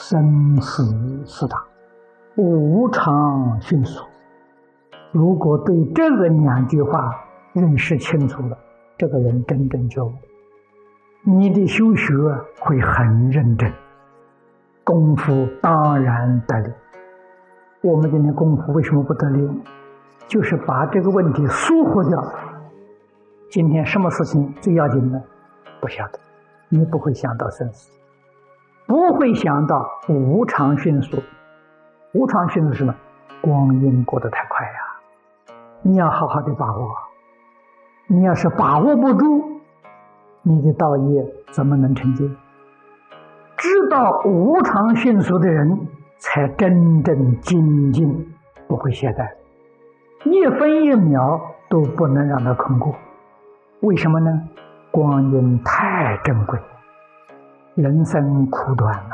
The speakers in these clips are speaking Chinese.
生死四大，无常迅速。如果对这个2句话认识清楚了，这个人真正觉悟，你的修学会很认真，功夫当然得力。我们今天功夫为什么不得力呢？就是把这个问题疏忽掉。今天什么事情最要紧呢？不晓得，你不会想到生死，不会想到无常迅速。无常迅速是什么？光阴过得太快呀，你要好好的把握。你要是把握不住，你的道业怎么能成就？知道无常迅速的人，才真正精进，不会懈怠，一分一秒都不能让它空过。为什么呢？光阴太珍贵，人生苦短了，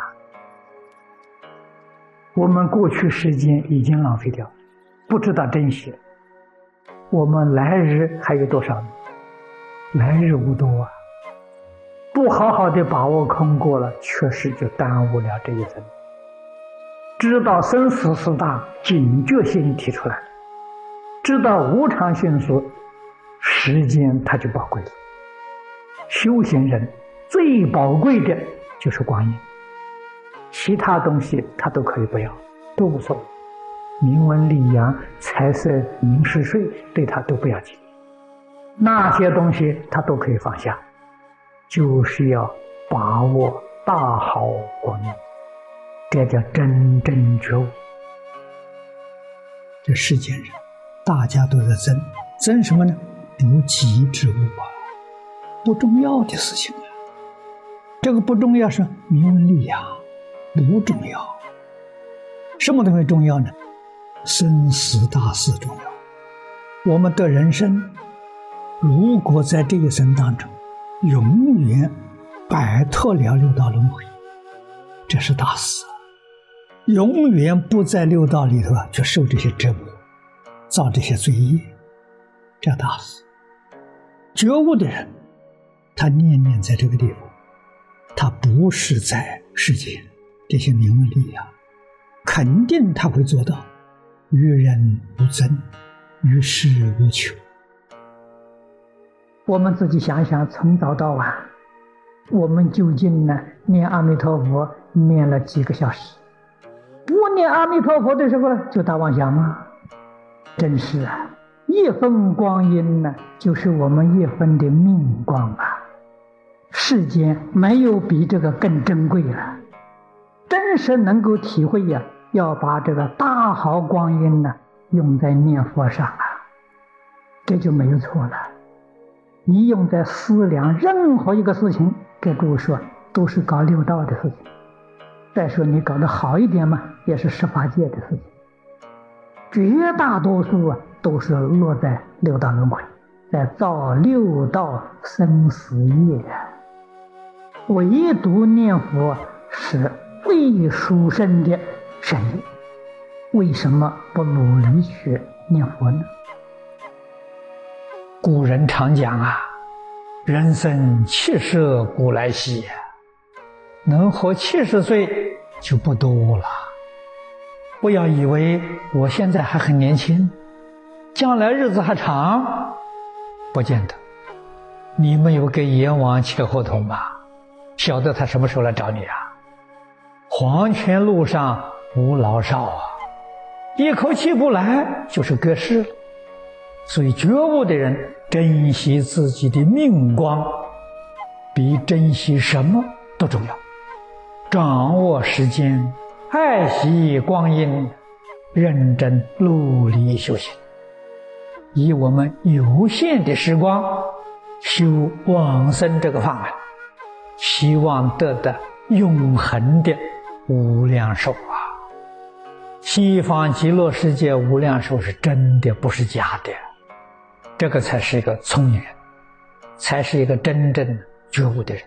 我们过去时间已经浪费掉，不知道珍惜。我们来日还有多少呢？来日无多啊！不好好的把握空过了，确实就耽误了这一生。知道生死四大，警觉性提出来了，知道无常迅速，时间它就宝贵了。修行人最宝贵的就是光阴，其他东西他都可以不要，都无所谓。名闻利养、财色名食睡，对他都不要紧，那些东西他都可以放下，就是要把握大好光阴，这叫真正觉悟。 这世间人大家都在争什么呢？不吉之物啊，不重要的事情啊。这个不重要是名闻利养，不重要。什么东西重要呢？生死大事重要。我们的人生如果在这一生当中永远摆脱了六道轮回，这是大事。永远不在六道里头去受这些折磨，造这些罪业，这大事。觉悟的人，他念念在这个地方，他不是在世间这些名闻利养，肯定他会做到与人无争，与世无求。 我们自己想想，从早到晚，我们究竟呢念阿弥陀佛念了几个小时？不念阿弥陀佛的时候呢，就打妄想吗？真是啊，一分光阴呢，就是我们一分的命光啊！世间没有比这个更珍贵了。真是能够体会呀，要把这个大好光阴呢用在念佛上啊，这就没有错了。你用在思量任何一个事情，给诸位说都是搞六道的事情。再说你搞得好一点嘛，也是18界的事情。绝大多数都是落在六道轮回，在造六道生死业。唯独念佛是最殊胜的圣业，为什么不努力去念佛呢？ 古人常讲啊，人生70古来稀，能活70岁就不多了。不要以为我现在还很年轻，将来日子还长，不见得。你没有给阎王签合同吧？晓得他什么时候来找你啊？黄泉路上无老少啊，一口气不来就是隔世了。所以觉悟的人珍惜自己的命光，比珍惜什么都重要。掌握时间，爱惜光阴，认真努力修行，以我们有限的时光修往生这个法门，希望得到永恒的无量寿啊！西方极乐世界无量寿是真的，不是假的。这个才是一个聪明人，才是一个真正觉悟的人。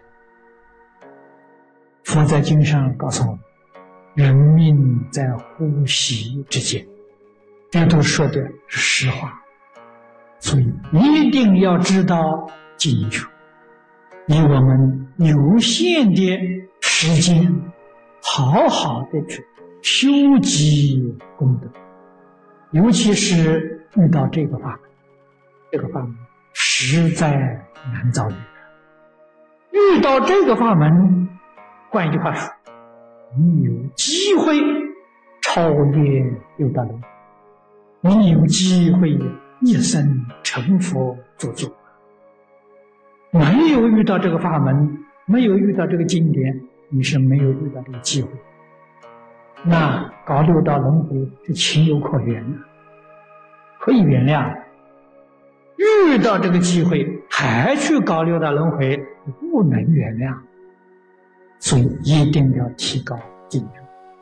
佛在经上告诉我们，人命在呼吸之间，这都说的是实话。所以一定要知道进去，以我们有限的时间， 好好的去修积功德，尤其是遇到这个法门，这个法门实在难遭遇。遇到这个法门，换一句话说，你有机会超越六道轮回，你有机会一生成佛做主。没有遇到这个法门，没有遇到这个经典，你是没有遇到这个机会。那搞六道轮回是情有可原的，可以原谅。遇到这个机会还去搞六道轮回，不能原谅。所以一定要提高警觉。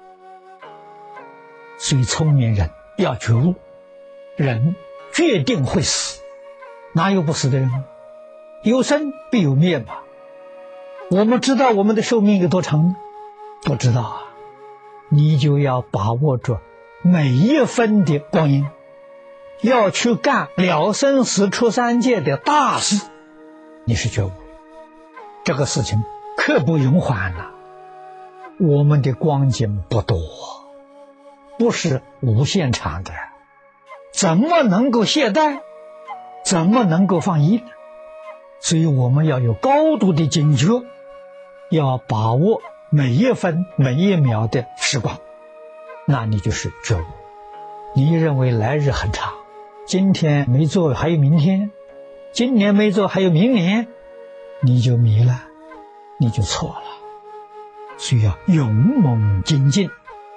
所以聪明人要觉悟，人决定会死，哪有不死的人？有生必有灭嘛。我们知道我们的寿命有多长呢？不知道啊。你就要把握住每一分的光阴，要去干了生死出三界的大事。你是觉悟，这个事情刻不容缓了。我们的光景不多，不是无限长的，怎么能够懈怠？怎么能够放逸呢？所以我们要有高度的警觉，要把握每一分每一秒的时光，那你就是觉悟。你认为来日很长，今天没做还有明天，今年没做还有明年，你就迷了，你就错了。所以要勇猛精进。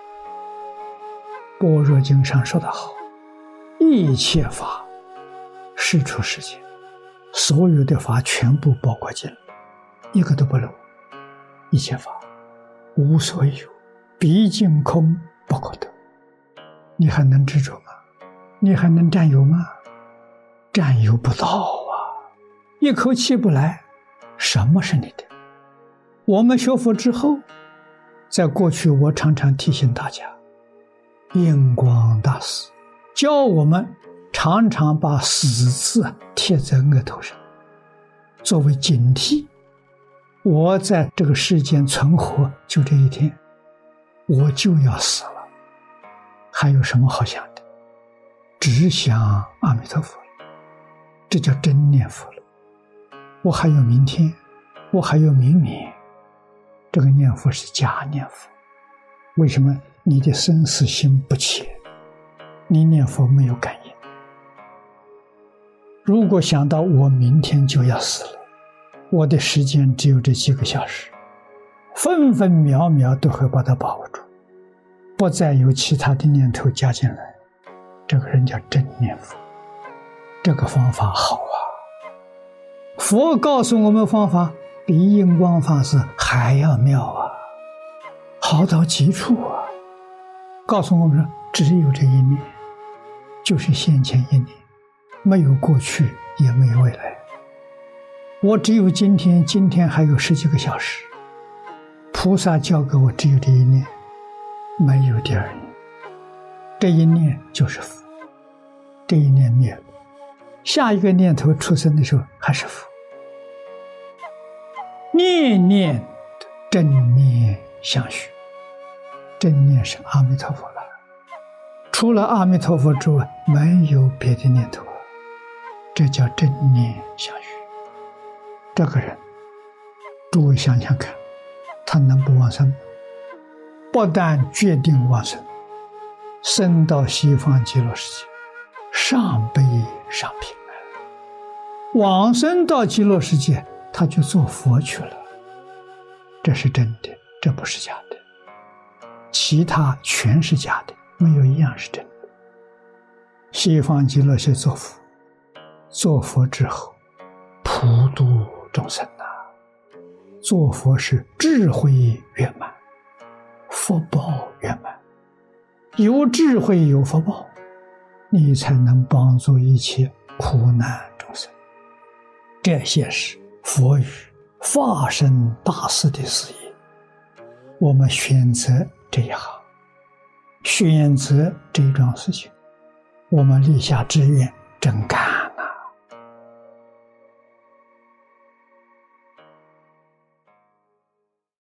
般若经上说得好，一切法世出世间，所有的法全部包括进来，一个都不漏。一切法无所有，毕竟空不可得。你还能执着吗？你还能占有吗？占有不到啊，一口气不来，什么是你的？我们学佛之后，在过去我常常提醒大家，印光大师教我们常常把死字贴在额头上，作为警惕。我在这个世间存活就这一天，我就要死了，还有什么好想的？只想阿弥陀佛，这叫真念佛了。我还有明天，我还有明年，这个念佛是假念佛。为什么？你的生死心不切，你念佛没有感应。如果想到我明天就要死了，我的时间只有这几个小时，分分秒秒都会把它把握住，不再有其他的念头加进来，这个人叫真念佛。这个方法好啊，佛告诉我们方法比印光法师还要妙啊，好到极处啊。告诉我们说，只有这一念，就是现前一念，没有过去也没有未来。我只有今天，今天还有10几个小时，菩萨教给我只有这一念，没有第二念。这一念就是佛，这一念灭了，下一个念头出生的时候还是佛。念念正念相续，正念是阿弥陀佛了，除了阿弥陀佛之外没有别的念头，这叫正念相续。这个人，诸位想想看，他能不往生？不但决定往生，升到西方极乐世界，上悲上品了。往生到极乐世界，他就做佛去了。这是真的，这不是假的。其他全是假的，没有一样是真的。西方极乐世界做佛，做佛之后普度众生啊，做佛是智慧圆满，福报圆满。有智慧有福报，你才能帮助一切苦难众生。这些是佛语化身大师的事业。我们选择这一行，选择这桩事情，我们立下志愿，真干。